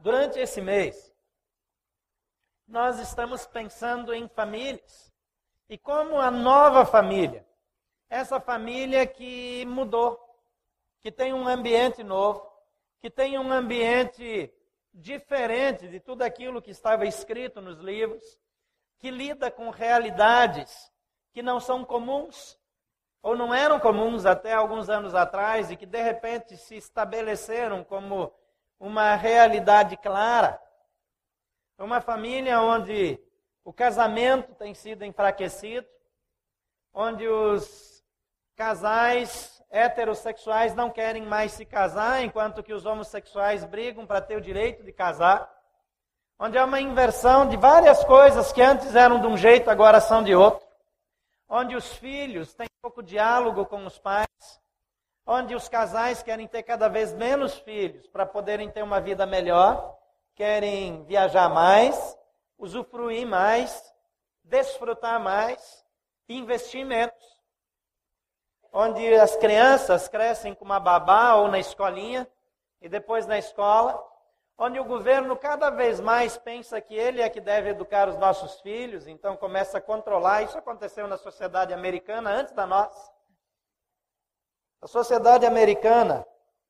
Durante esse mês, nós estamos pensando em famílias. E como a nova família, essa família que mudou, que tem um ambiente novo, que tem um ambiente diferente de tudo aquilo que estava escrito nos livros, que lida com realidades que não são comuns, ou não eram comuns até alguns anos atrás, e que de repente se estabeleceram como uma realidade clara. Uma família onde o casamento tem sido enfraquecido, onde os casais heterossexuais não querem mais se casar, enquanto que os homossexuais brigam para ter o direito de casar, onde há uma inversão de várias coisas que antes eram de um jeito, agora são de outro, onde os filhos têm pouco diálogo com os pais, onde os casais querem ter cada vez menos filhos para poderem ter uma vida melhor, querem viajar mais, usufruir mais, desfrutar mais, investir menos. Onde as crianças crescem com uma babá ou na escolinha, e depois na escola, onde o governo cada vez mais pensa que ele é que deve educar os nossos filhos, então começa a controlar. Isso aconteceu na sociedade americana antes da nossa. A sociedade americana,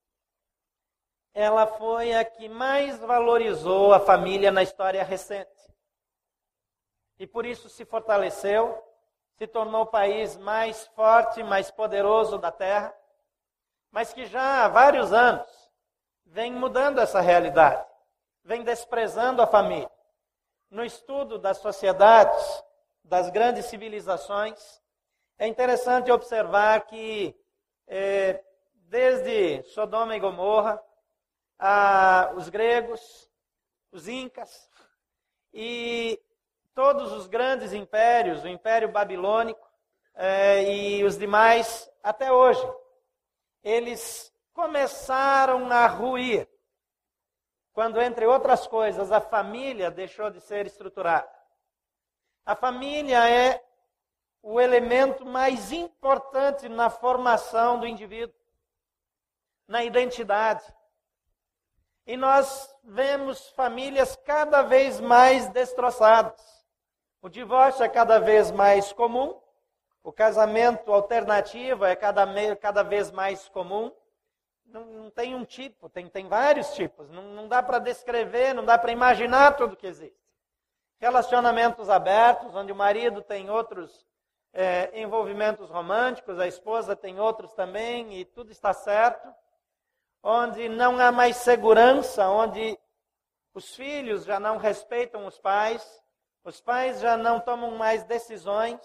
ela foi a que mais valorizou a família na história recente. E por isso se fortaleceu, se tornou o país mais forte, mais poderoso da Terra, mas que já há vários anos vem mudando essa realidade, vem desprezando a família. No estudo das sociedades, das grandes civilizações, é interessante observar que desde Sodoma e Gomorra, os gregos, os incas e todos os grandes impérios, o Império Babilônico e os demais, até hoje, eles começaram a ruir quando, entre outras coisas, a família deixou de ser estruturada. A família é o elemento mais importante na formação do indivíduo, na identidade. E nós vemos famílias cada vez mais destroçadas. O divórcio é cada vez mais comum, o casamento alternativo é cada vez mais comum. Não tem um tipo, tem vários tipos. Não dá para descrever, não dá para imaginar tudo que existe. Relacionamentos abertos, onde o marido tem outros envolvimentos românticos, a esposa tem outros também, e tudo está certo. Onde não há mais segurança, onde os filhos já não respeitam os pais já não tomam mais decisões,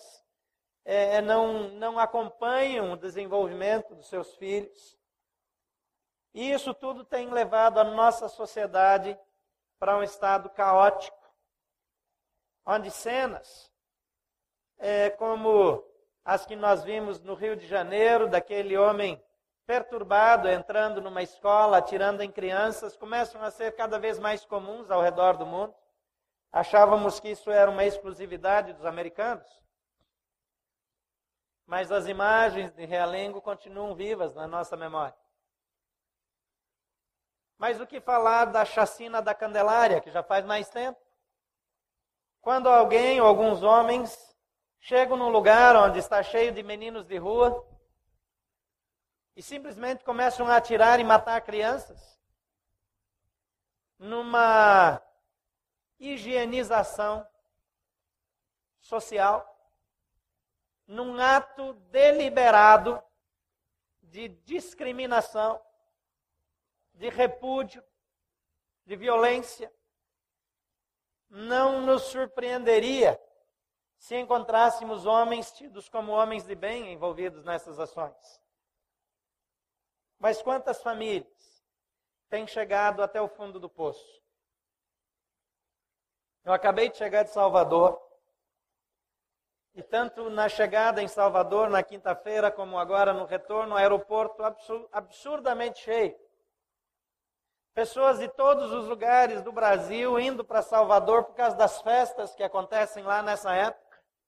não acompanham o desenvolvimento dos seus filhos. E isso tudo tem levado a nossa sociedade para um estado caótico, onde cenas como as que nós vimos no Rio de Janeiro, daquele homem perturbado entrando numa escola, atirando em crianças, começam a ser cada vez mais comuns ao redor do mundo. Achávamos que isso era uma exclusividade dos americanos, mas as imagens de Realengo continuam vivas na nossa memória. Mas o que falar da chacina da Candelária, que já faz mais tempo? Quando alguém ou alguns homens chegam num lugar onde está cheio de meninos de rua e simplesmente começam a atirar e matar crianças, numa higienização social, num ato deliberado de discriminação, de repúdio, de violência. Não nos surpreenderia se encontrássemos homens tidos como homens de bem envolvidos nessas ações. Mas quantas famílias têm chegado até o fundo do poço? Eu acabei de chegar de Salvador, e tanto na chegada em Salvador, na quinta-feira, como agora no retorno, o aeroporto absurdamente cheio. Pessoas de todos os lugares do Brasil indo para Salvador por causa das festas que acontecem lá nessa época.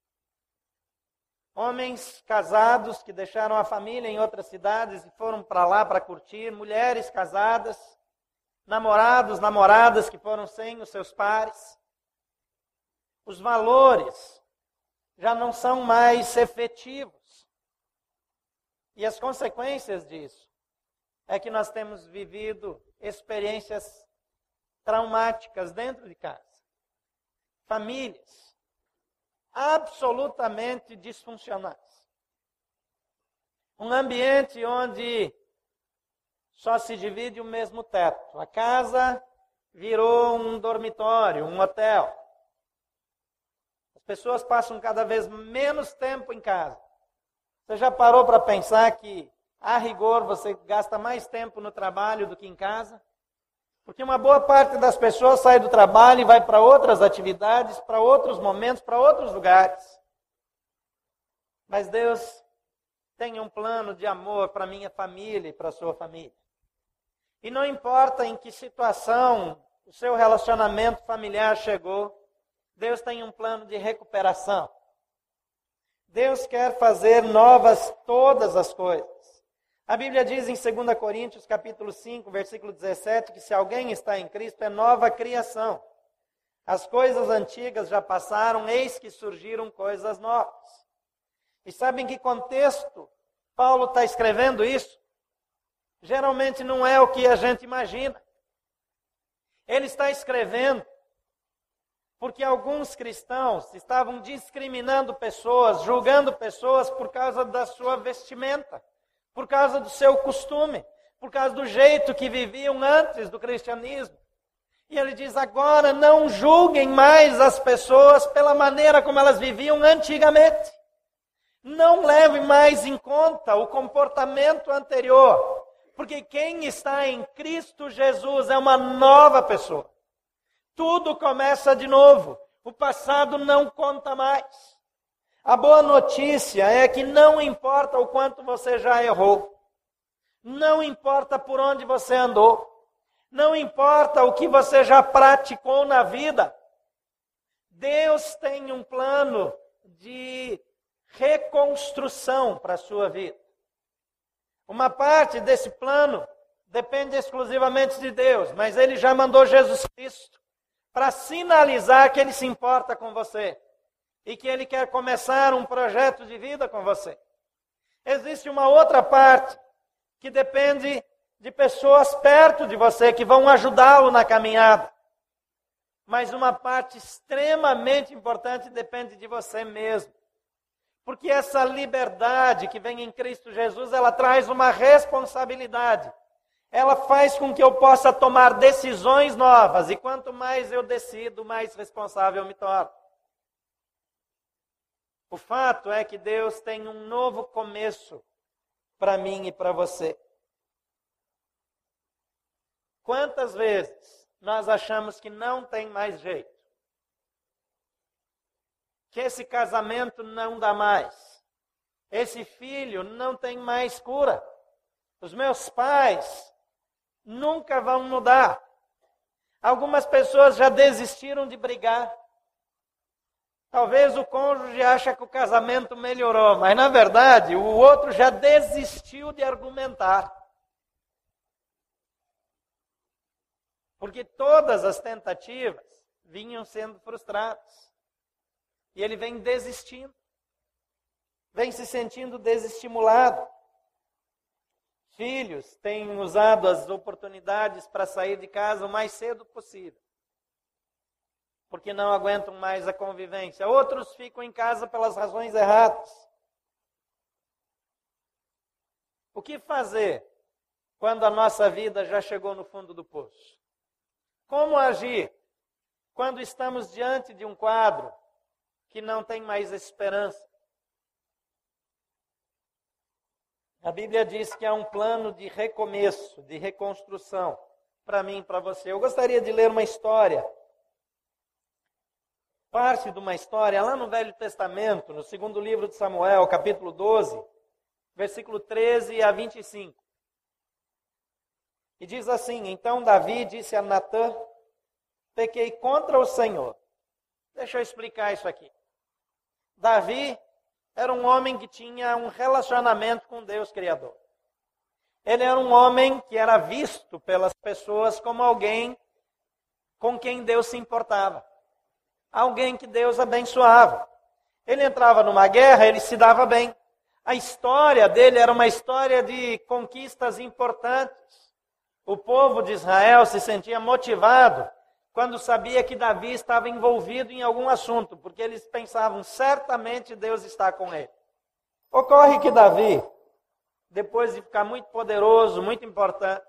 Homens casados que deixaram a família em outras cidades e foram para lá para curtir. Mulheres casadas namorados, namoradas que foram sem os seus pares. Os valores já não são mais efetivos. E as consequências disso é que nós temos vivido experiências traumáticas dentro de casa. Famílias absolutamente disfuncionais. Um ambiente onde só se divide o mesmo teto. A casa virou um dormitório, um hotel. As pessoas passam cada vez menos tempo em casa. Você já parou para pensar que, a rigor, você gasta mais tempo no trabalho do que em casa? Porque uma boa parte das pessoas sai do trabalho e vai para outras atividades, para outros momentos, para outros lugares. Mas Deus tem um plano de amor para a minha família e para a sua família. E não importa em que situação o seu relacionamento familiar chegou, Deus tem um plano de recuperação. Deus quer fazer novas todas as coisas. A Bíblia diz em 2 Coríntios, capítulo 5, versículo 17, que se alguém está em Cristo, é nova criação. As coisas antigas já passaram, eis que surgiram coisas novas. E sabe em que contexto Paulo está escrevendo isso? Geralmente não é o que a gente imagina. Ele está escrevendo porque alguns cristãos estavam discriminando pessoas, julgando pessoas por causa da sua vestimenta, por causa do seu costume, por causa do jeito que viviam antes do cristianismo. E ele diz, agora não julguem mais as pessoas pela maneira como elas viviam antigamente. Não leve mais em conta o comportamento anterior, porque quem está em Cristo Jesus é uma nova pessoa. Tudo começa de novo. O passado não conta mais. A boa notícia é que não importa o quanto você já errou. Não importa por onde você andou. Não importa o que você já praticou na vida. Deus tem um plano de reconstrução para a sua vida. Uma parte desse plano depende exclusivamente de Deus, mas Ele já mandou Jesus Cristo para sinalizar que Ele se importa com você e que Ele quer começar um projeto de vida com você. Existe uma outra parte que depende de pessoas perto de você que vão ajudá-lo na caminhada. Mas uma parte extremamente importante depende de você mesmo. Porque essa liberdade que vem em Cristo Jesus, ela traz uma responsabilidade. Ela faz com que eu possa tomar decisões novas. E quanto mais eu decido, mais responsável eu me torno. O fato é que Deus tem um novo começo para mim e para você. Quantas vezes nós achamos que não tem mais jeito? Que esse casamento não dá mais. Esse filho não tem mais cura. Os meus pais nunca vão mudar. Algumas pessoas já desistiram de brigar. Talvez o cônjuge ache que o casamento melhorou, mas na verdade o outro já desistiu de argumentar. Porque todas as tentativas vinham sendo frustradas. E ele vem desistindo. Vem se sentindo desestimulado. Filhos têm usado as oportunidades para sair de casa o mais cedo possível. Porque não aguentam mais a convivência. Outros ficam em casa pelas razões erradas. O que fazer quando a nossa vida já chegou no fundo do poço? Como agir quando estamos diante de um quadro que não tem mais esperança? A Bíblia diz que há um plano de recomeço, de reconstrução para mim e para você. Eu gostaria de ler uma história, parte de uma história lá no Velho Testamento, no segundo livro de Samuel, capítulo 12, versículo 13 a 25. E diz assim, então Davi disse a Natã, pequei contra o Senhor. Deixa eu explicar isso aqui. Davi era um homem que tinha um relacionamento com Deus Criador. Ele era um homem que era visto pelas pessoas como alguém com quem Deus se importava. Alguém que Deus abençoava. Ele entrava numa guerra, ele se dava bem. A história dele era uma história de conquistas importantes. O povo de Israel se sentia motivado quando sabia que Davi estava envolvido em algum assunto, porque eles pensavam, certamente Deus está com ele. Ocorre que Davi, depois de ficar muito poderoso, muito importante,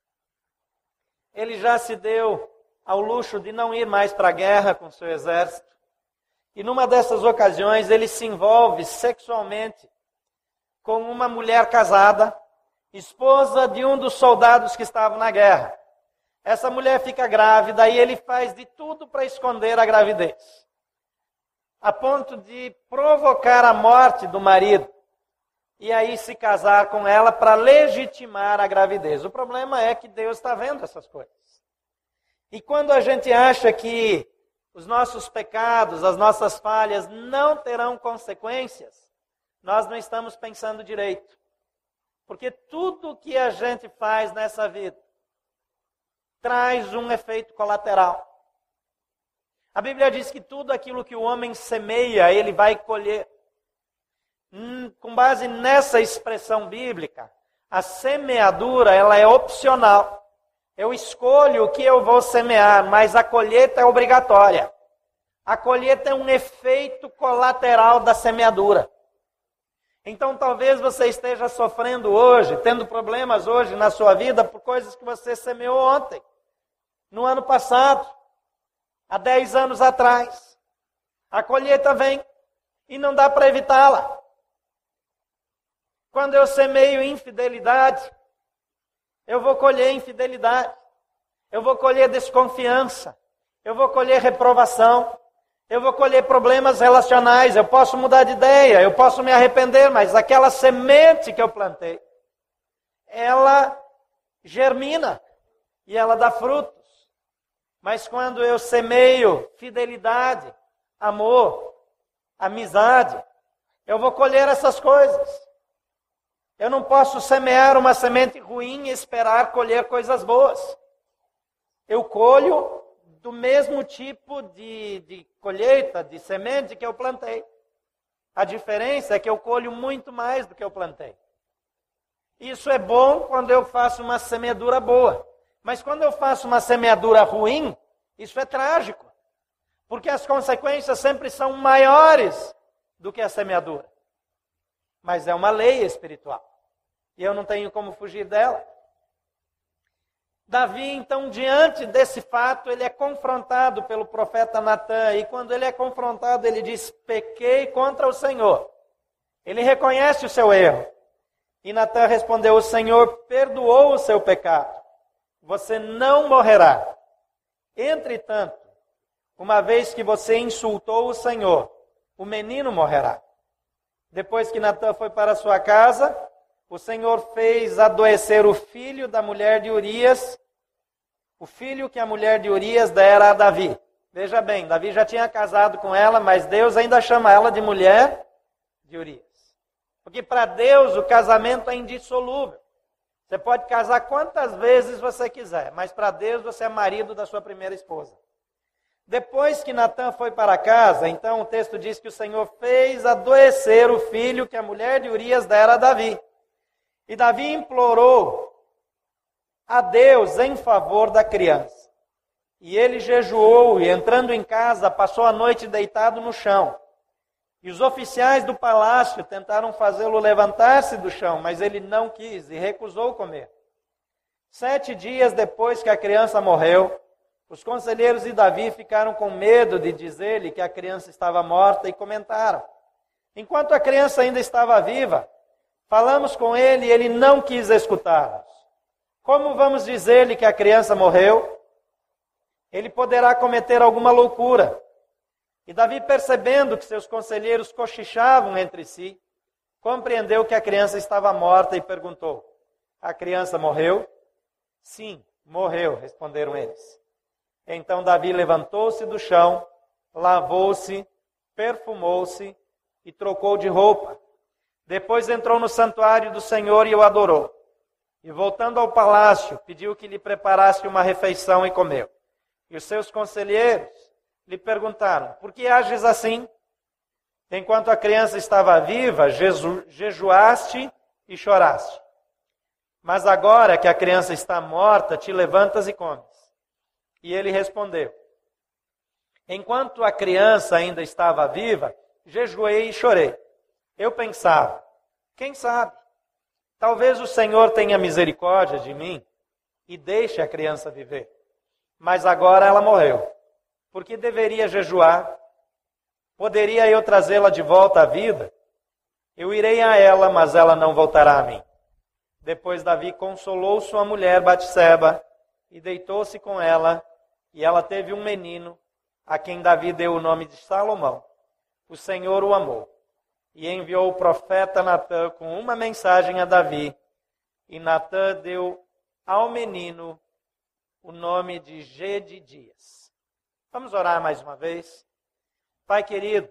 ele já se deu ao luxo de não ir mais para a guerra com seu exército. E numa dessas ocasiões ele se envolve sexualmente com uma mulher casada, esposa de um dos soldados que estavam na guerra. Essa mulher fica grávida e ele faz de tudo para esconder a gravidez, a ponto de provocar a morte do marido e aí se casar com ela para legitimar a gravidez. O problema é que Deus está vendo essas coisas. E quando a gente acha que os nossos pecados, as nossas falhas não terão consequências, nós não estamos pensando direito. Porque tudo que a gente faz nessa vida traz um efeito colateral. A Bíblia diz que tudo aquilo que o homem semeia, ele vai colher. Com base nessa expressão bíblica, a semeadura ela é opcional. Eu escolho o que eu vou semear, mas a colheita é obrigatória. A colheita é um efeito colateral da semeadura. Então talvez você esteja sofrendo hoje, tendo problemas hoje na sua vida por coisas que você semeou ontem, no ano passado, há 10 anos atrás. A colheita vem e não dá para evitá-la. Quando eu semeio infidelidade, eu vou colher infidelidade, eu vou colher desconfiança, eu vou colher reprovação, eu vou colher problemas relacionais, eu posso mudar de ideia, eu posso me arrepender, mas aquela semente que eu plantei, ela germina e ela dá frutos. Mas quando eu semeio fidelidade, amor, amizade, eu vou colher essas coisas. Eu não posso semear uma semente ruim e esperar colher coisas boas. Eu colho do mesmo tipo de colheita, de semente que eu plantei. A diferença é que eu colho muito mais do que eu plantei. Isso é bom quando eu faço uma semeadura boa. Mas quando eu faço uma semeadura ruim, isso é trágico. Porque as consequências sempre são maiores do que a semeadura. Mas é uma lei espiritual. E eu não tenho como fugir dela. Davi, então, diante desse fato, ele é confrontado pelo profeta Natã. E quando ele é confrontado, ele diz, pequei contra o Senhor. Ele reconhece o seu erro. E Natã respondeu, o Senhor perdoou o seu pecado. Você não morrerá. Entretanto, uma vez que você insultou o Senhor, o menino morrerá. Depois que Natã foi para sua casa, o Senhor fez adoecer o filho da mulher de Urias, o filho que a mulher de Urias dera a Davi. Veja bem, Davi já tinha casado com ela, mas Deus ainda chama ela de mulher de Urias. Porque para Deus o casamento é indissolúvel. Você pode casar quantas vezes você quiser, mas para Deus você é marido da sua primeira esposa. Depois que Natã foi para casa, então o texto diz que o Senhor fez adoecer o filho que a mulher de Urias dera a Davi. E Davi implorou a Deus em favor da criança. E ele jejuou e, entrando em casa, passou a noite deitado no chão. E os oficiais do palácio tentaram fazê-lo levantar-se do chão, mas ele não quis e recusou comer. 7 dias depois que a criança morreu, os conselheiros de Davi ficaram com medo de dizer-lhe que a criança estava morta e comentaram, enquanto a criança ainda estava viva, falamos com ele e ele não quis escutar-nos. Como vamos dizer-lhe que a criança morreu? Ele poderá cometer alguma loucura. E Davi, percebendo que seus conselheiros cochichavam entre si, compreendeu que a criança estava morta e perguntou, a criança morreu? Sim, morreu, responderam eles. Então Davi levantou-se do chão, lavou-se, perfumou-se e trocou de roupa. Depois entrou no santuário do Senhor e o adorou. E voltando ao palácio, pediu que lhe preparasse uma refeição e comeu. E os seus conselheiros lhe perguntaram: por que ages assim? Enquanto a criança estava viva, jejuaste e choraste. Mas agora que a criança está morta, te levantas e comes. E ele respondeu: enquanto a criança ainda estava viva, jejuei e chorei. Eu pensava: quem sabe? Talvez o Senhor tenha misericórdia de mim e deixe a criança viver. Mas agora ela morreu. Por que deveria jejuar? Poderia eu trazê-la de volta à vida? Eu irei a ela, mas ela não voltará a mim. Depois Davi consolou sua mulher Batseba e deitou-se com ela, e ela teve um menino, a quem Davi deu o nome de Salomão. O Senhor o amou e enviou o profeta Natã com uma mensagem a Davi, e Natã deu ao menino o nome de Gedidias. Vamos orar mais uma vez. Pai querido,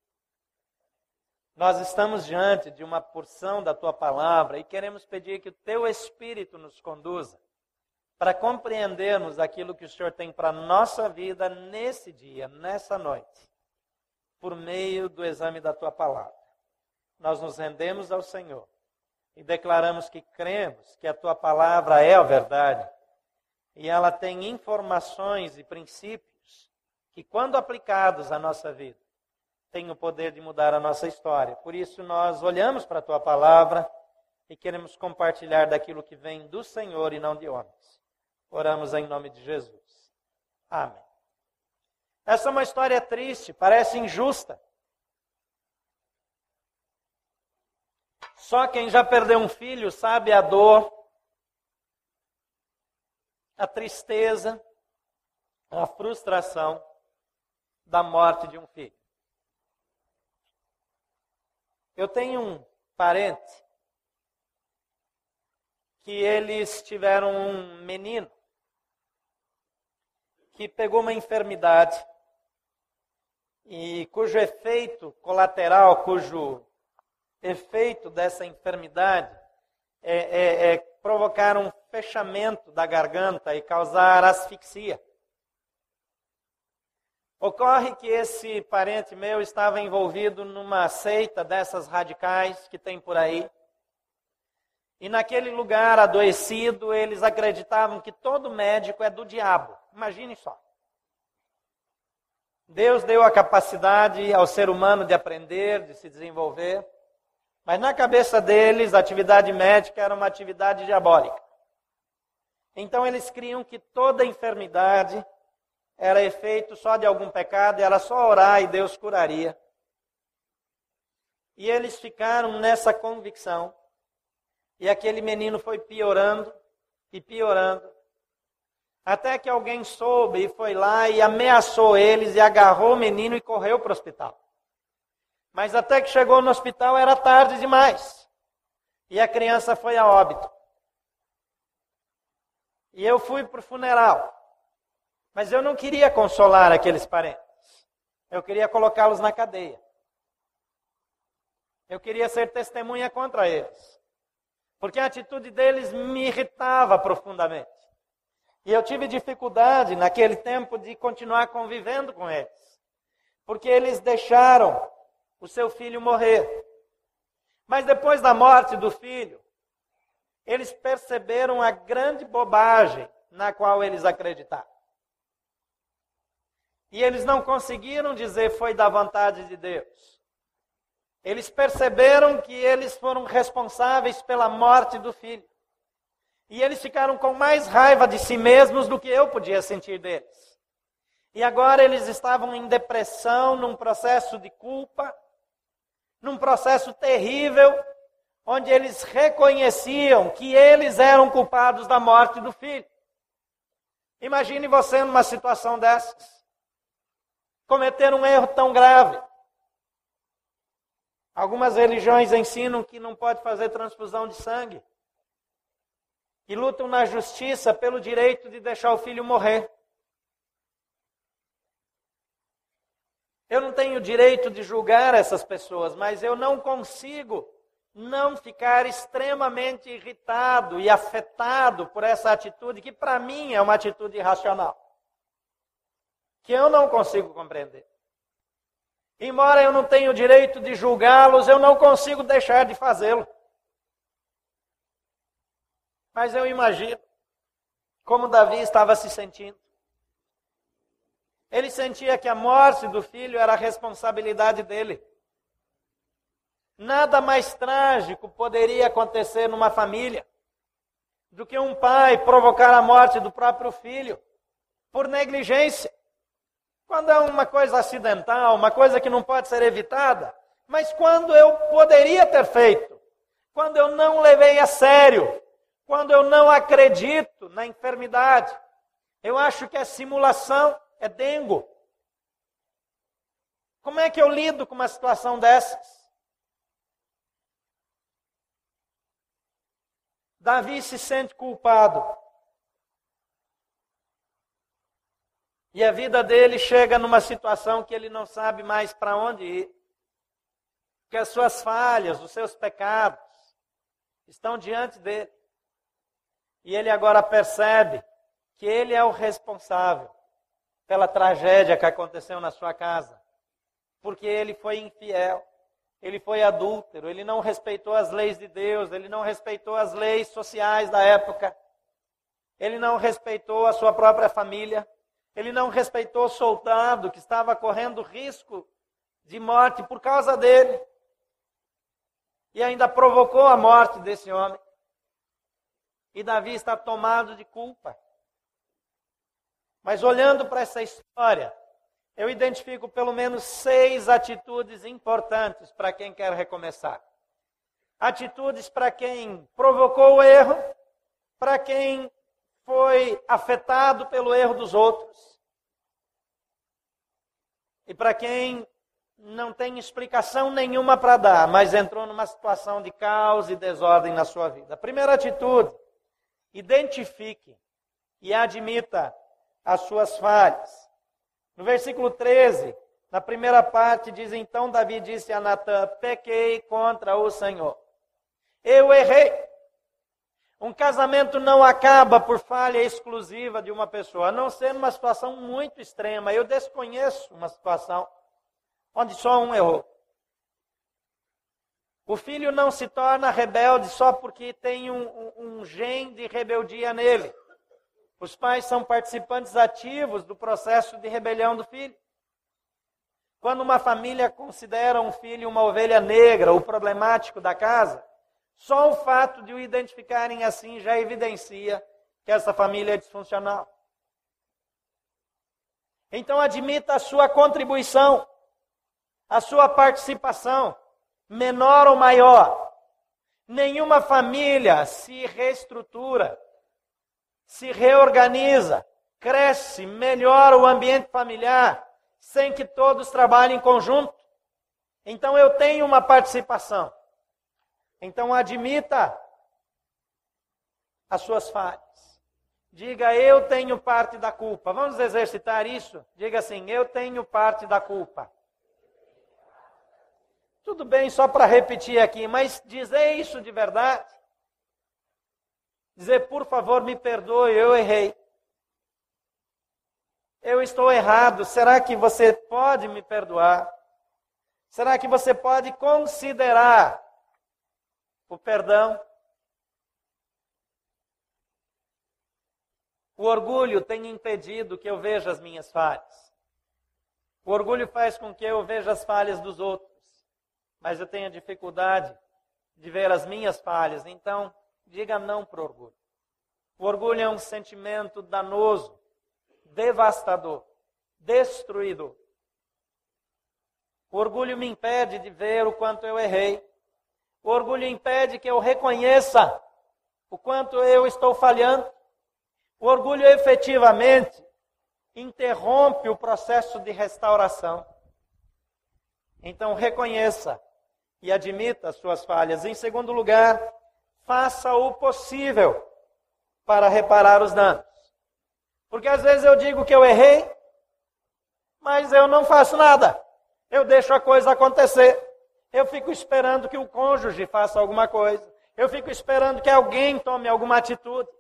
nós estamos diante de uma porção da Tua palavra e queremos pedir que o Teu Espírito nos conduza para compreendermos aquilo que o Senhor tem para a nossa vida nesse dia, nessa noite, por meio do exame da Tua palavra. Nós nos rendemos ao Senhor e declaramos que cremos que a Tua palavra é a verdade e ela tem informações e princípios que, quando aplicados à nossa vida, têm o poder de mudar a nossa história. Por isso nós olhamos para a Tua palavra e queremos compartilhar daquilo que vem do Senhor e não de homens. Oramos em nome de Jesus. Amém. Essa é uma história triste, parece injusta. Só quem já perdeu um filho sabe a dor, a tristeza, a frustração da morte de um filho. Eu tenho um parente que eles tiveram um menino que pegou uma enfermidade e cujo efeito colateral, cujo efeito dessa enfermidade é provocar um fechamento da garganta e causar asfixia. Ocorre que esse parente meu estava envolvido numa seita dessas radicais que tem por aí. E naquele lugar adoecido, eles acreditavam que todo médico é do diabo. Imagine só. Deus deu a capacidade ao ser humano de aprender, de se desenvolver. Mas na cabeça deles, a atividade médica era uma atividade diabólica. Então eles criam que toda enfermidade era efeito só de algum pecado, era só orar e Deus curaria. E eles ficaram nessa convicção. E aquele menino foi piorando e piorando. Até que alguém soube e foi lá e ameaçou eles e agarrou o menino e correu para o hospital. Mas até que chegou no hospital era tarde demais. E a criança foi a óbito. E eu fui para o funeral. Mas eu não queria consolar aqueles parentes. Eu queria colocá-los na cadeia. Eu queria ser testemunha contra eles. Porque a atitude deles me irritava profundamente. E eu tive dificuldade naquele tempo de continuar convivendo com eles. Porque eles deixaram o seu filho morrer. Mas depois da morte do filho, eles perceberam a grande bobagem na qual eles acreditaram. E eles não conseguiram dizer foi da vontade de Deus. Eles perceberam que eles foram responsáveis pela morte do filho. E eles ficaram com mais raiva de si mesmos do que eu podia sentir deles. E agora eles estavam em depressão, num processo de culpa, num processo terrível, onde eles reconheciam que eles eram culpados da morte do filho. Imagine você numa situação dessas. Cometer um erro tão grave. Algumas religiões ensinam que não pode fazer transfusão de sangue. E lutam na justiça pelo direito de deixar o filho morrer. Eu não tenho direito de julgar essas pessoas, mas eu não consigo não ficar extremamente irritado e afetado por essa atitude, que para mim é uma atitude irracional, que eu não consigo compreender. Embora eu não tenha o direito de julgá-los, eu não consigo deixar de fazê-lo. Mas eu imagino como Davi estava se sentindo. Ele sentia que a morte do filho era a responsabilidade dele. Nada mais trágico poderia acontecer numa família do que um pai provocar a morte do próprio filho por negligência. Quando é uma coisa acidental, uma coisa que não pode ser evitada, mas quando eu poderia ter feito, quando eu não levei a sério, quando eu não acredito na enfermidade, eu acho que é simulação, é dengo. Como é que eu lido com uma situação dessas? Davi se sente culpado. E a vida dele chega numa situação que ele não sabe mais para onde ir. Porque as suas falhas, os seus pecados estão diante dele. E ele agora percebe que ele é o responsável pela tragédia que aconteceu na sua casa. Porque ele foi infiel. Ele foi adúltero, ele não respeitou as leis de Deus, ele não respeitou as leis sociais da época, ele não respeitou a sua própria família, ele não respeitou o soldado que estava correndo risco de morte por causa dele, e ainda provocou a morte desse homem. E Davi está tomado de culpa. Mas olhando para essa história, eu identifico pelo menos 6 atitudes importantes para quem quer recomeçar. Atitudes para quem provocou o erro, para quem foi afetado pelo erro dos outros. E para quem não tem explicação nenhuma para dar, mas entrou numa situação de caos e desordem na sua vida. A primeira atitude, identifique e admita as suas falhas. No versículo 13, na primeira parte, diz: então Davi disse a Natã: pequei contra o Senhor. Eu errei. Um casamento não acaba por falha exclusiva de uma pessoa, a não ser numa situação muito extrema. Eu desconheço uma situação onde só um errou. O filho não se torna rebelde só porque tem um gene de rebeldia nele. Os pais são participantes ativos do processo de rebelião do filho. Quando uma família considera um filho uma ovelha negra, o problemático da casa, só o fato de o identificarem assim já evidencia que essa família é disfuncional. Então admita a sua contribuição, a sua participação, menor ou maior. Nenhuma família se reestrutura, se reorganiza, cresce, melhora o ambiente familiar, sem que todos trabalhem em conjunto. Então eu tenho uma participação. Então admita as suas falhas. Diga: eu tenho parte da culpa. Vamos exercitar isso? Diga assim: eu tenho parte da culpa. Tudo bem, só para repetir aqui, mas dizer isso de verdade. Dizer: por favor, me perdoe, eu errei. Eu estou errado. Será que você pode me perdoar? Será que você pode considerar o perdão? O orgulho tem impedido que eu veja as minhas falhas. O orgulho faz com que eu veja as falhas dos outros. Mas eu tenho dificuldade de ver as minhas falhas. Então, diga não para o orgulho. O orgulho é um sentimento danoso, devastador, destruidor. O orgulho me impede de ver o quanto eu errei. O orgulho impede que eu reconheça o quanto eu estou falhando. O orgulho efetivamente interrompe o processo de restauração. Então reconheça e admita as suas falhas. Em segundo lugar, faça o possível para reparar os danos. Porque às vezes eu digo que eu errei, mas eu não faço nada. Eu deixo a coisa acontecer. Eu fico esperando que o cônjuge faça alguma coisa. Eu fico esperando que alguém tome alguma atitude.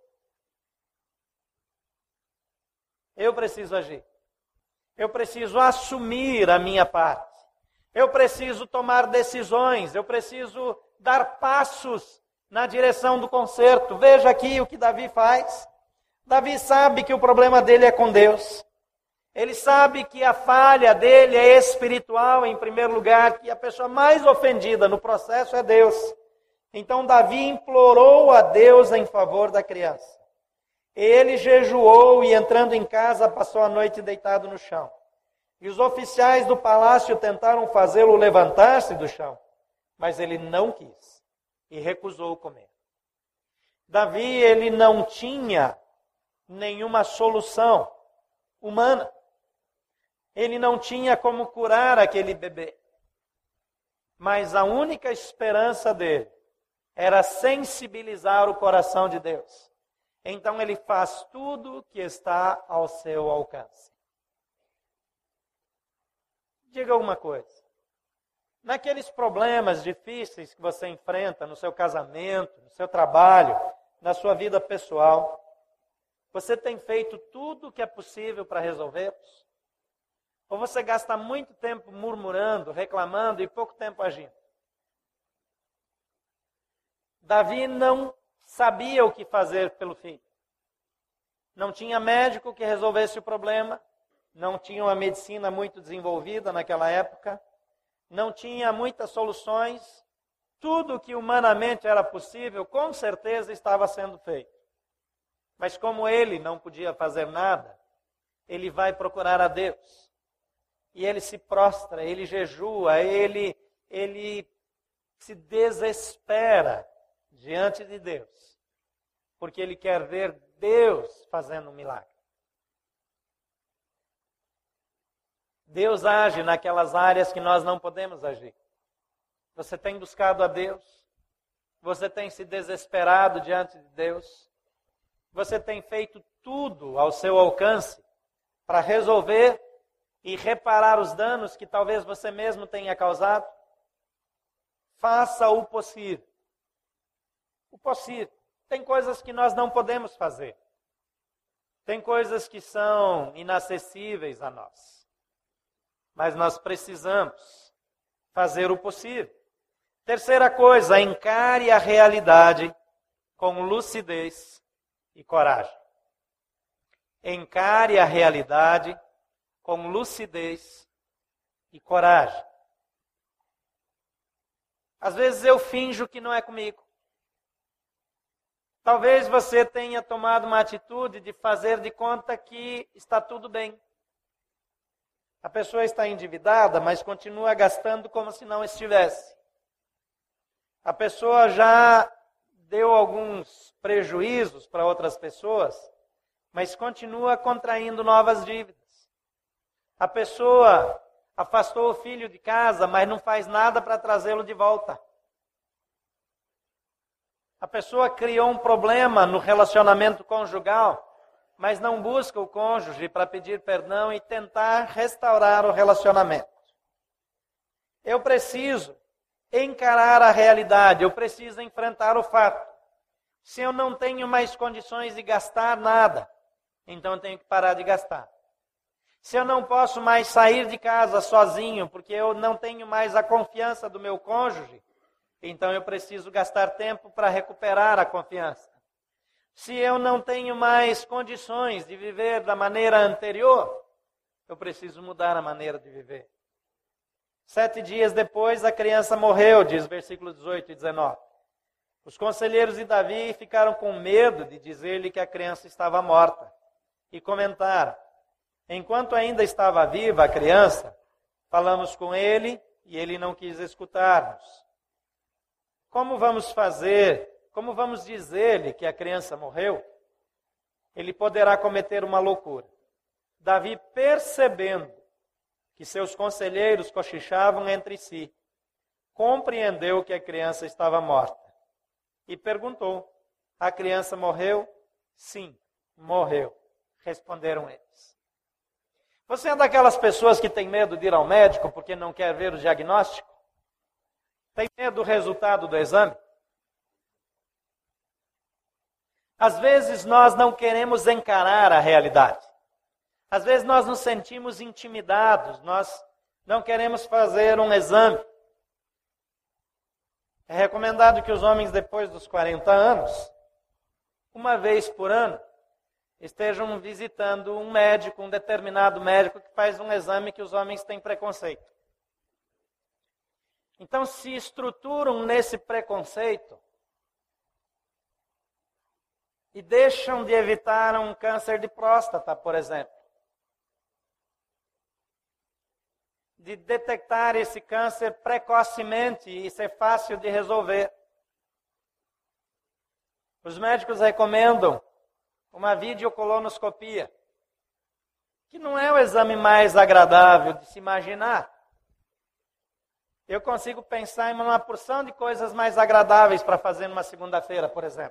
Eu preciso agir. Eu preciso assumir a minha parte. Eu preciso tomar decisões. Eu preciso dar passos na direção do conserto. Veja aqui o que Davi faz. Davi sabe que o problema dele é com Deus. Ele sabe que a falha dele é espiritual, em primeiro lugar, que a pessoa mais ofendida no processo é Deus. Então Davi implorou a Deus em favor da criança. Ele jejuou e, entrando em casa, passou a noite deitado no chão. E os oficiais do palácio tentaram fazê-lo levantar-se do chão, mas ele não quis e recusou comer. Davi, ele não tinha nenhuma solução humana. Ele não tinha como curar aquele bebê. Mas a única esperança dele era sensibilizar o coração de Deus. Então ele faz tudo que está ao seu alcance. Diga uma coisa. Naqueles problemas difíceis que você enfrenta no seu casamento, no seu trabalho, na sua vida pessoal, você tem feito tudo o que é possível para resolvê-los? Ou você gasta muito tempo murmurando, reclamando e pouco tempo agindo? Davi não sabia o que fazer pelo filho. Não tinha médico que resolvesse o problema. Não tinha uma medicina muito desenvolvida naquela época. Não tinha muitas soluções. Tudo que humanamente era possível, com certeza estava sendo feito. Mas como ele não podia fazer nada, ele vai procurar a Deus. E ele se prostra, ele jejua, ele se desespera diante de Deus. Porque ele quer ver Deus fazendo um milagre. Deus age naquelas áreas que nós não podemos agir. Você tem buscado a Deus? Você tem se desesperado diante de Deus? Você tem feito tudo ao seu alcance para resolver e reparar os danos que talvez você mesmo tenha causado? Faça o possível. O possível. Tem coisas que nós não podemos fazer. Tem coisas que são inacessíveis a nós. Mas nós precisamos fazer o possível. Terceira coisa, encare a realidade com lucidez e coragem. Encare a realidade com lucidez e coragem. Às vezes eu finjo que não é comigo. Talvez você tenha tomado uma atitude de fazer de conta que está tudo bem. A pessoa está endividada, mas continua gastando como se não estivesse. A pessoa já deu alguns prejuízos para outras pessoas, mas continua contraindo novas dívidas. A pessoa afastou o filho de casa, mas não faz nada para trazê-lo de volta. A pessoa criou um problema no relacionamento conjugal, mas não busca o cônjuge para pedir perdão e tentar restaurar o relacionamento. Eu preciso encarar a realidade, eu preciso enfrentar o fato. Se eu não tenho mais condições de gastar nada, então eu tenho que parar de gastar. Se eu não posso mais sair de casa sozinho, porque eu não tenho mais a confiança do meu cônjuge, então eu preciso gastar tempo para recuperar a confiança. Se eu não tenho mais condições de viver da maneira anterior, eu preciso mudar a maneira de viver. 7 dias depois, a criança morreu, diz versículos 18 e 19. Os conselheiros de Davi ficaram com medo de dizer-lhe que a criança estava morta. E comentaram: enquanto ainda estava viva a criança, falamos com ele e ele não quis escutar-nos. Como vamos fazer? Como vamos dizer-lhe que a criança morreu? Ele poderá cometer uma loucura. Davi, percebendo que seus conselheiros cochichavam entre si, compreendeu que a criança estava morta e perguntou: a criança morreu? Sim, morreu, responderam eles. Você é daquelas pessoas que tem medo de ir ao médico porque não quer ver o diagnóstico? Tem medo do resultado do exame? Às vezes nós não queremos encarar a realidade. Às vezes nós nos sentimos intimidados, nós não queremos fazer um exame. É recomendado que os homens depois dos 40 anos, uma vez por ano, estejam visitando um médico, um determinado médico que faz um exame que os homens têm preconceito. Então se estruturam nesse preconceito e deixam de evitar um câncer de próstata, por exemplo. De detectar esse câncer precocemente e ser fácil de resolver. Os médicos recomendam uma videocolonoscopia, que não é o exame mais agradável de se imaginar. Eu consigo pensar em uma porção de coisas mais agradáveis para fazer numa segunda-feira, por exemplo.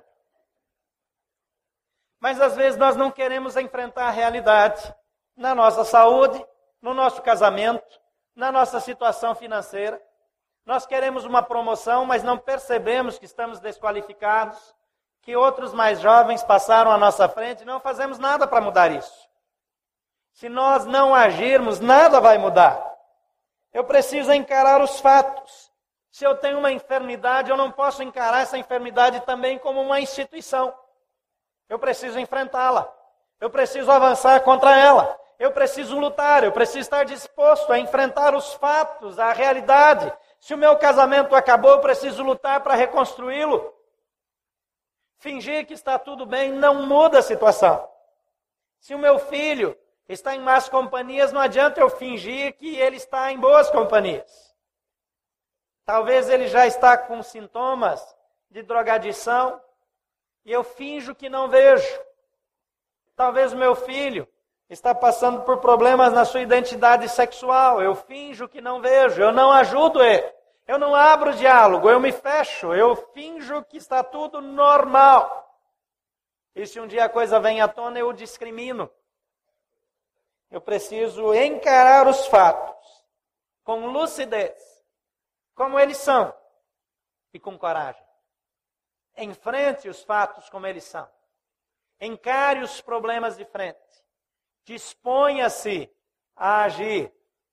Mas às vezes nós não queremos enfrentar a realidade na nossa saúde, no nosso casamento, na nossa situação financeira. Nós queremos uma promoção, mas não percebemos que estamos desqualificados, que outros mais jovens passaram à nossa frente e não fazemos nada para mudar isso. Se nós não agirmos, nada vai mudar. Eu preciso encarar os fatos. Se eu tenho uma enfermidade, eu não posso encarar essa enfermidade também como uma instituição. Eu preciso enfrentá-la. Eu preciso avançar contra ela. Eu preciso lutar. Eu preciso estar disposto a enfrentar os fatos, a realidade. Se o meu casamento acabou, eu preciso lutar para reconstruí-lo. Fingir que está tudo bem não muda a situação. Se o meu filho está em más companhias, não adianta eu fingir que ele está em boas companhias. Talvez ele já está com sintomas de drogadição e eu finjo que não vejo. Talvez o meu filho está passando por problemas na sua identidade sexual. Eu finjo que não vejo, eu não ajudo ele. Eu não abro diálogo, eu me fecho, eu finjo que está tudo normal. E se um dia a coisa vem à tona, eu discrimino. Eu preciso encarar os fatos com lucidez, como eles são, e com coragem. Enfrente os fatos como eles são. Encare os problemas de frente. Disponha-se a agir.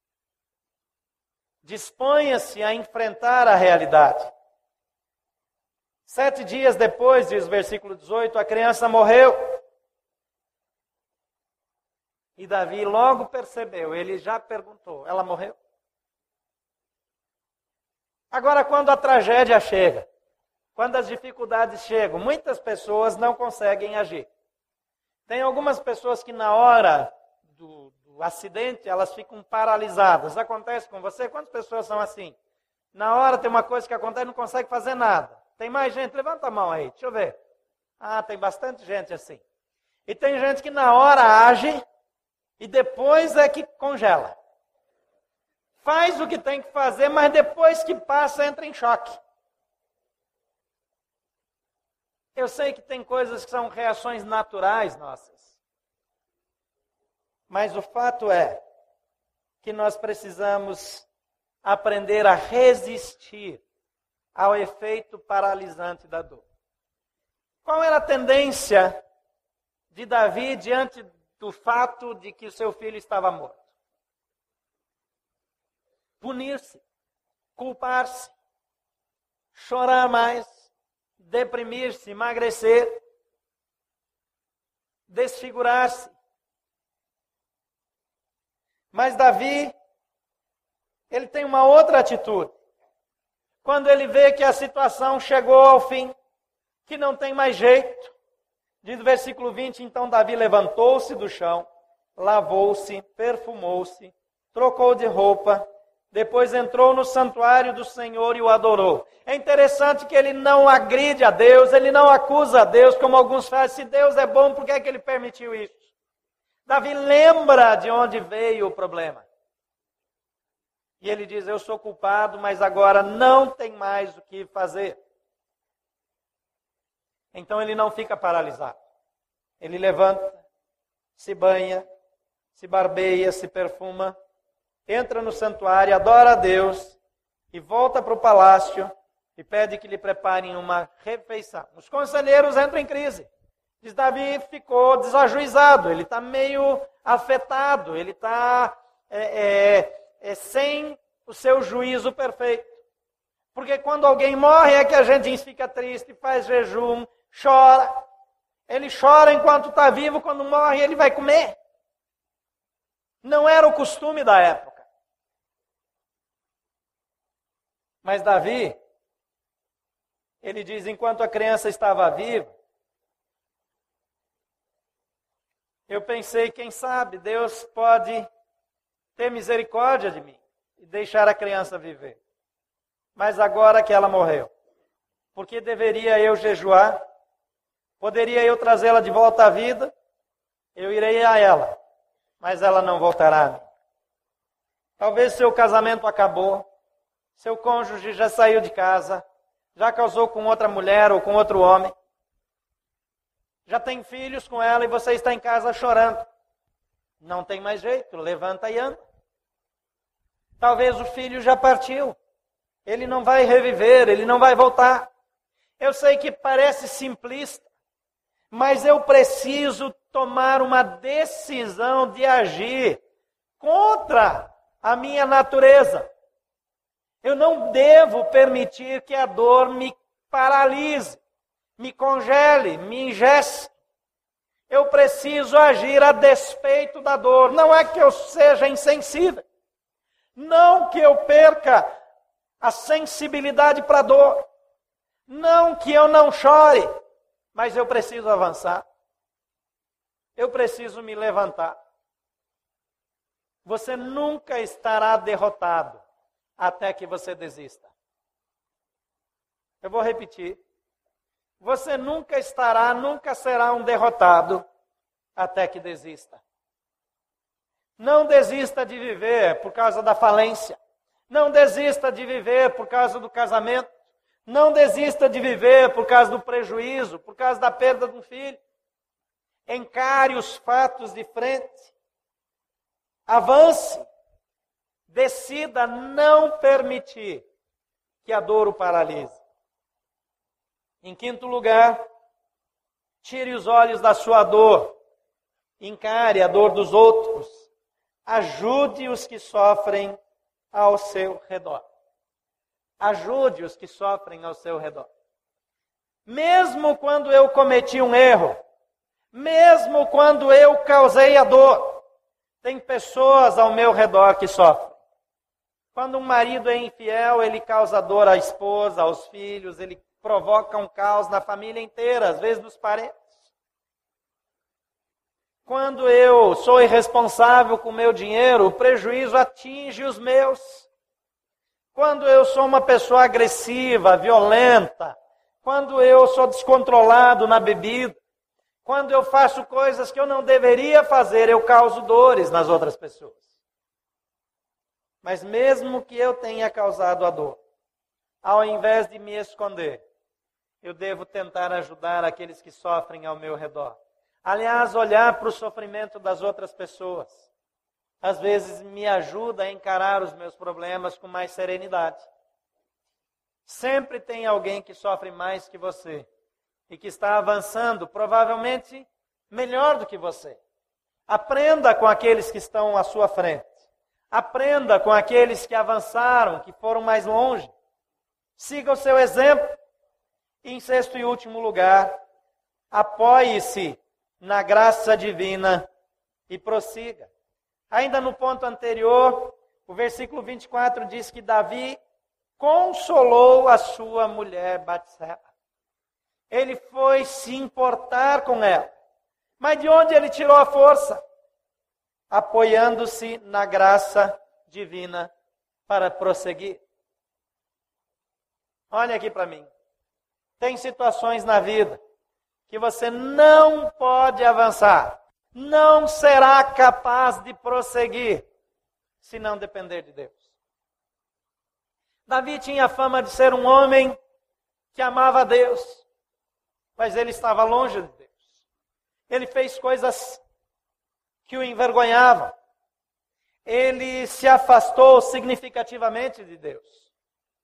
Disponha-se a enfrentar a realidade. 7 dias depois, diz o versículo 18, a criança morreu. E Davi logo percebeu, ele já perguntou, ela morreu? Agora, quando a tragédia chega, quando as dificuldades chegam, muitas pessoas não conseguem agir. Tem algumas pessoas que na hora do acidente, elas ficam paralisadas. Acontece com você? Quantas pessoas são assim? Na hora tem uma coisa que acontece e não consegue fazer nada. Tem mais gente? Levanta a mão aí, deixa eu ver. Ah, tem bastante gente assim. E tem gente que na hora age e depois é que congela. Faz o que tem que fazer, mas depois que passa, entra em choque. Eu sei que tem coisas que são reações naturais nossas. Mas o fato é que nós precisamos aprender a resistir ao efeito paralisante da dor. Qual era a tendência de Davi diante do fato de que o seu filho estava morto? Punir-se, culpar-se, chorar mais, deprimir-se, emagrecer, desfigurar-se. Mas Davi, ele tem uma outra atitude. Quando ele vê que a situação chegou ao fim, que não tem mais jeito, diz o versículo 20, então Davi levantou-se do chão, lavou-se, perfumou-se, trocou de roupa, depois entrou no santuário do Senhor e o adorou. É interessante que ele não agride a Deus, ele não acusa a Deus, como alguns fazem. Se Deus é bom, por que é que ele permitiu isso? Davi lembra de onde veio o problema. E ele diz, eu sou culpado, mas agora não tem mais o que fazer. Então ele não fica paralisado. Ele levanta, se banha, se barbeia, se perfuma, entra no santuário, adora a Deus e volta para o palácio e pede que lhe preparem uma refeição. Os conselheiros entram em crise. Diz, Davi ficou desajuizado, ele está meio afetado, ele está sem o seu juízo perfeito. Porque quando alguém morre é que a gente fica triste, faz jejum, chora. Ele chora enquanto está vivo, quando morre ele vai comer. Não era o costume da época. Mas Davi, ele diz, enquanto a criança estava viva, eu pensei, quem sabe, Deus pode ter misericórdia de mim e deixar a criança viver. Mas agora que ela morreu, por que deveria eu jejuar? Poderia eu trazê-la de volta à vida? Eu irei a ela, mas ela não voltará a mim. Talvez seu casamento acabou, seu cônjuge já saiu de casa, já casou com outra mulher ou com outro homem, já tem filhos com ela e você está em casa chorando. Não tem mais jeito, levanta e anda. Talvez o filho já partiu, ele não vai reviver, ele não vai voltar. Eu sei que parece simplista, mas eu preciso tomar uma decisão de agir contra a minha natureza. Eu não devo permitir que a dor me paralise, me congele, me engesse. Eu preciso agir a despeito da dor. Não é que eu seja insensível. Não que eu perca a sensibilidade para a dor. Não que eu não chore. Mas eu preciso avançar. Eu preciso me levantar. Você nunca estará derrotado até que você desista. Eu vou repetir. Você nunca será um derrotado até que desista. Não desista de viver por causa da falência. Não desista de viver por causa do casamento. Não desista de viver por causa do prejuízo, por causa da perda de um filho. Encare os fatos de frente. Avance. Decida não permitir que a dor o paralise. Em quinto lugar, tire os olhos da sua dor. Encare a dor dos outros. Ajude os que sofrem ao seu redor. Ajude os que sofrem ao seu redor. Mesmo quando eu cometi um erro, mesmo quando eu causei a dor, tem pessoas ao meu redor que sofrem. Quando um marido é infiel, ele causa dor à esposa, aos filhos, ele provoca um caos na família inteira, às vezes nos parentes. Quando eu sou irresponsável com o meu dinheiro, o prejuízo atinge os meus. Quando eu sou uma pessoa agressiva, violenta, quando eu sou descontrolado na bebida, quando eu faço coisas que eu não deveria fazer, eu causo dores nas outras pessoas. Mas mesmo que eu tenha causado a dor, ao invés de me esconder, eu devo tentar ajudar aqueles que sofrem ao meu redor. Aliás, olhar para o sofrimento das outras pessoas, às vezes me ajuda a encarar os meus problemas com mais serenidade. Sempre tem alguém que sofre mais que você e que está avançando, provavelmente melhor do que você. Aprenda com aqueles que estão à sua frente. Aprenda com aqueles que avançaram, que foram mais longe. Siga o seu exemplo. E em sexto e último lugar, apoie-se na graça divina e prossiga. Ainda no ponto anterior, o versículo 24 diz que Davi consolou a sua mulher Batseba. Ele foi se importar com ela. Mas de onde ele tirou a força? Apoiando-se na graça divina para prosseguir. Olha aqui para mim. Tem situações na vida que você não pode avançar, não será capaz de prosseguir, se não depender de Deus. Davi tinha fama de ser um homem que amava a Deus, mas ele estava longe de Deus. Ele fez coisas que o envergonhavam. Ele se afastou significativamente de Deus.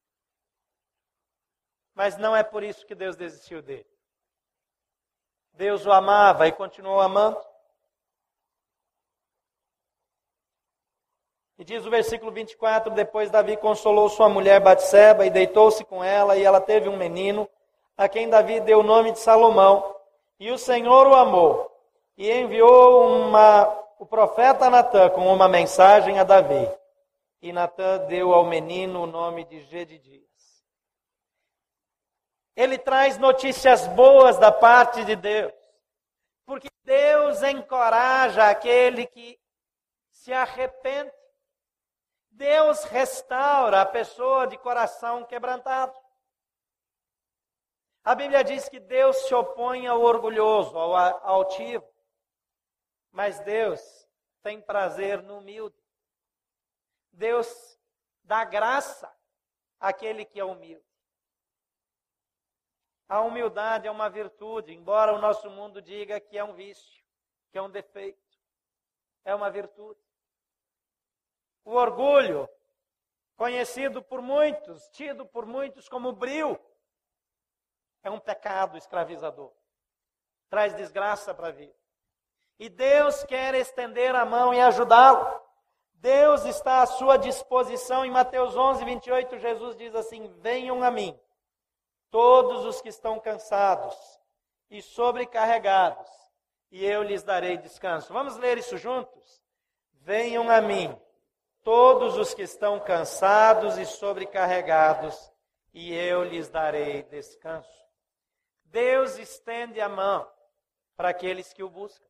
Mas não é por isso que Deus desistiu dele. Deus o amava e continuou amando. E diz o versículo 24, depois Davi consolou sua mulher Batseba e deitou-se com ela, e ela teve um menino, a quem Davi deu o nome de Salomão. E o Senhor o amou, e enviou o profeta Natã com uma mensagem a Davi. E Natã deu ao menino o nome de Gedidias. Ele traz notícias boas da parte de Deus, porque Deus encoraja aquele que se arrepende. Deus restaura a pessoa de coração quebrantado. A Bíblia diz que Deus se opõe ao orgulhoso, ao altivo. Mas Deus tem prazer no humilde. Deus dá graça àquele que é humilde. A humildade é uma virtude, embora o nosso mundo diga que é um vício, que é um defeito. É uma virtude. O orgulho, conhecido por muitos, tido por muitos como bril, é um pecado escravizador. Traz desgraça para a vida. E Deus quer estender a mão e ajudá-lo. Deus está à sua disposição. Em Mateus 11, 28, Jesus diz assim: venham a mim, todos os que estão cansados e sobrecarregados, e eu lhes darei descanso. Vamos ler isso juntos? Venham a mim, todos os que estão cansados e sobrecarregados, e eu lhes darei descanso. Deus estende a mão para aqueles que o buscam.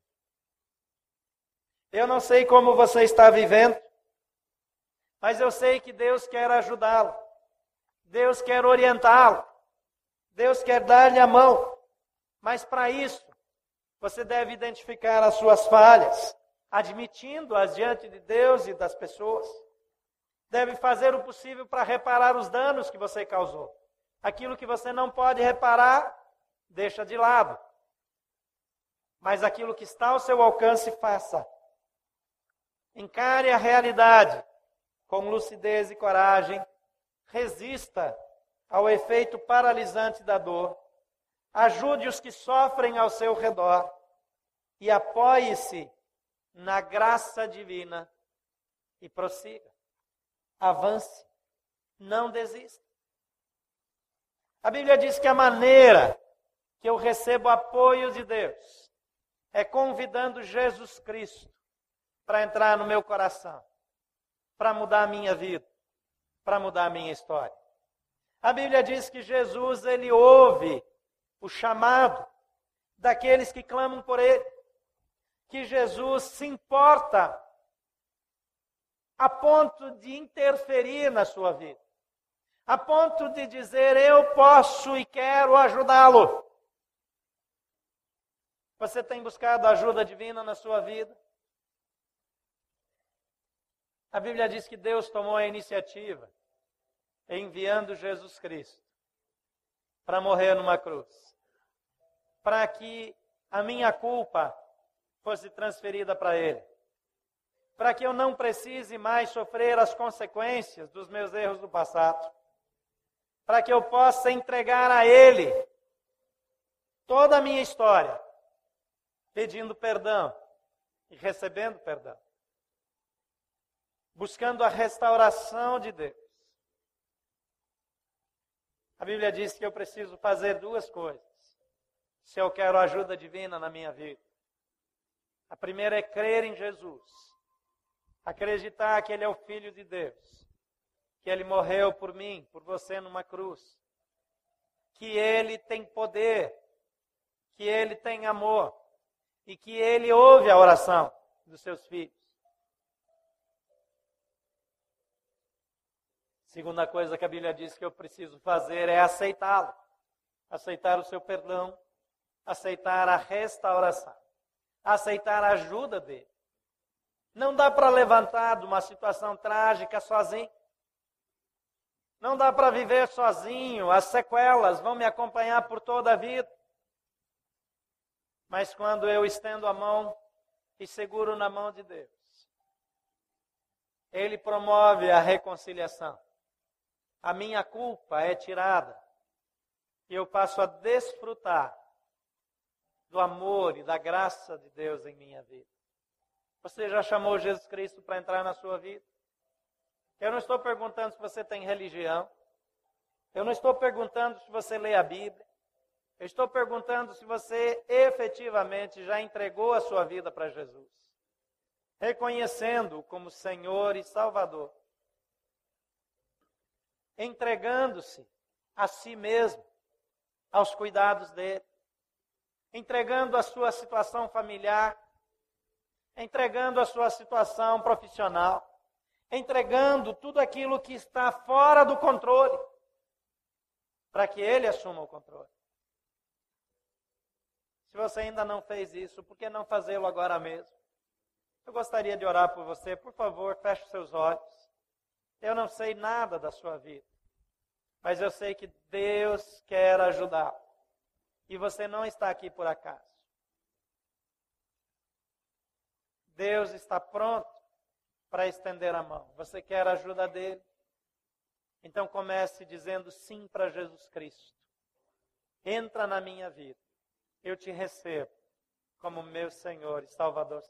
Eu não sei como você está vivendo, mas eu sei que Deus quer ajudá-lo. Deus quer orientá-lo. Deus quer dar-lhe a mão. Mas para isso, você deve identificar as suas falhas, admitindo-as diante de Deus e das pessoas. Deve fazer o possível para reparar os danos que você causou. Aquilo que você não pode reparar, deixa de lado. Mas aquilo que está ao seu alcance, faça. Encare a realidade com lucidez e coragem. Resista ao efeito paralisante da dor. Ajude os que sofrem ao seu redor. E apoie-se na graça divina e prossiga. Avance. Não desista. A Bíblia diz que a maneira que eu recebo apoio de Deus é convidando Jesus Cristo para entrar no meu coração, para mudar a minha vida, para mudar a minha história. A Bíblia diz que Jesus, ele ouve o chamado daqueles que clamam por ele, que Jesus se importa a ponto de interferir na sua vida, a ponto de dizer: eu posso e quero ajudá-lo. Você tem buscado ajuda divina na sua vida? A Bíblia diz que Deus tomou a iniciativa enviando Jesus Cristo para morrer numa cruz, para que a minha culpa fosse transferida para Ele, para que eu não precise mais sofrer as consequências dos meus erros do passado, para que eu possa entregar a Ele toda a minha história, pedindo perdão e recebendo perdão, buscando a restauração de Deus. A Bíblia diz que eu preciso fazer duas coisas se eu quero ajuda divina na minha vida. A primeira é crer em Jesus, acreditar que Ele é o Filho de Deus, que Ele morreu por mim, por você numa cruz, que Ele tem poder, que Ele tem amor e que Ele ouve a oração dos seus filhos. Segunda coisa que a Bíblia diz que eu preciso fazer é aceitá-lo, aceitar o seu perdão, aceitar a restauração, aceitar a ajuda dele. Não dá para levantar de uma situação trágica sozinho. Não dá para viver sozinho, as sequelas vão me acompanhar por toda a vida. Mas quando eu estendo a mão e seguro na mão de Deus, Ele promove a reconciliação. A minha culpa é tirada. e eu passo a desfrutar do amor e da graça de Deus em minha vida. Você já chamou Jesus Cristo para entrar na sua vida? Eu não estou perguntando se você tem religião. Eu não estou perguntando se você lê a Bíblia. Eu estou perguntando se você efetivamente já entregou a sua vida para Jesus, reconhecendo-o como Senhor e Salvador, entregando-se a si mesmo, aos cuidados dele, entregando a sua situação familiar, entregando a sua situação profissional, entregando tudo aquilo que está fora do controle, para que ele assuma o controle. Se você ainda não fez isso, por que não fazê-lo agora mesmo? Eu gostaria de orar por você. Por favor, feche seus olhos. Eu não sei nada da sua vida, mas eu sei que Deus quer ajudá-lo. E você não está aqui por acaso. Deus está pronto para estender a mão. Você quer a ajuda dele? Então comece dizendo sim para Jesus Cristo. Entra na minha vida. Eu te recebo como meu Senhor e Salvador.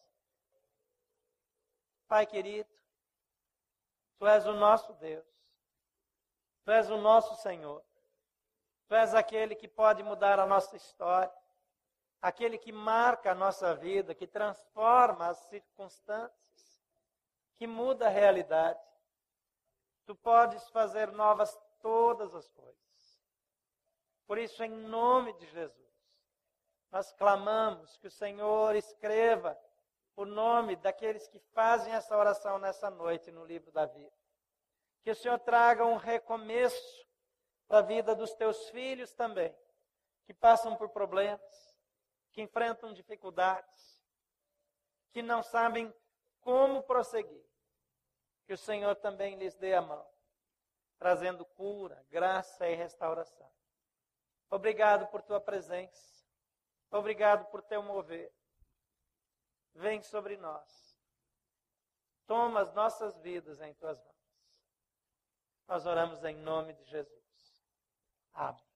Pai querido, Tu és o nosso Deus. Tu és o nosso Senhor. Tu és aquele que pode mudar a nossa história. Aquele que marca a nossa vida, que transforma as circunstâncias, que muda a realidade. Tu podes fazer novas todas as coisas. Por isso, em nome de Jesus, nós clamamos que o Senhor escreva o nome daqueles que fazem essa oração nessa noite no livro da vida. Que o Senhor traga um recomeço para a vida dos teus filhos também, que passam por problemas, que enfrentam dificuldades, que não sabem como prosseguir. Que o Senhor também lhes dê a mão, trazendo cura, graça e restauração. Obrigado por tua presença. Obrigado por teu mover. Vem sobre nós. Toma as nossas vidas em tuas mãos. Nós oramos em nome de Jesus. Amém.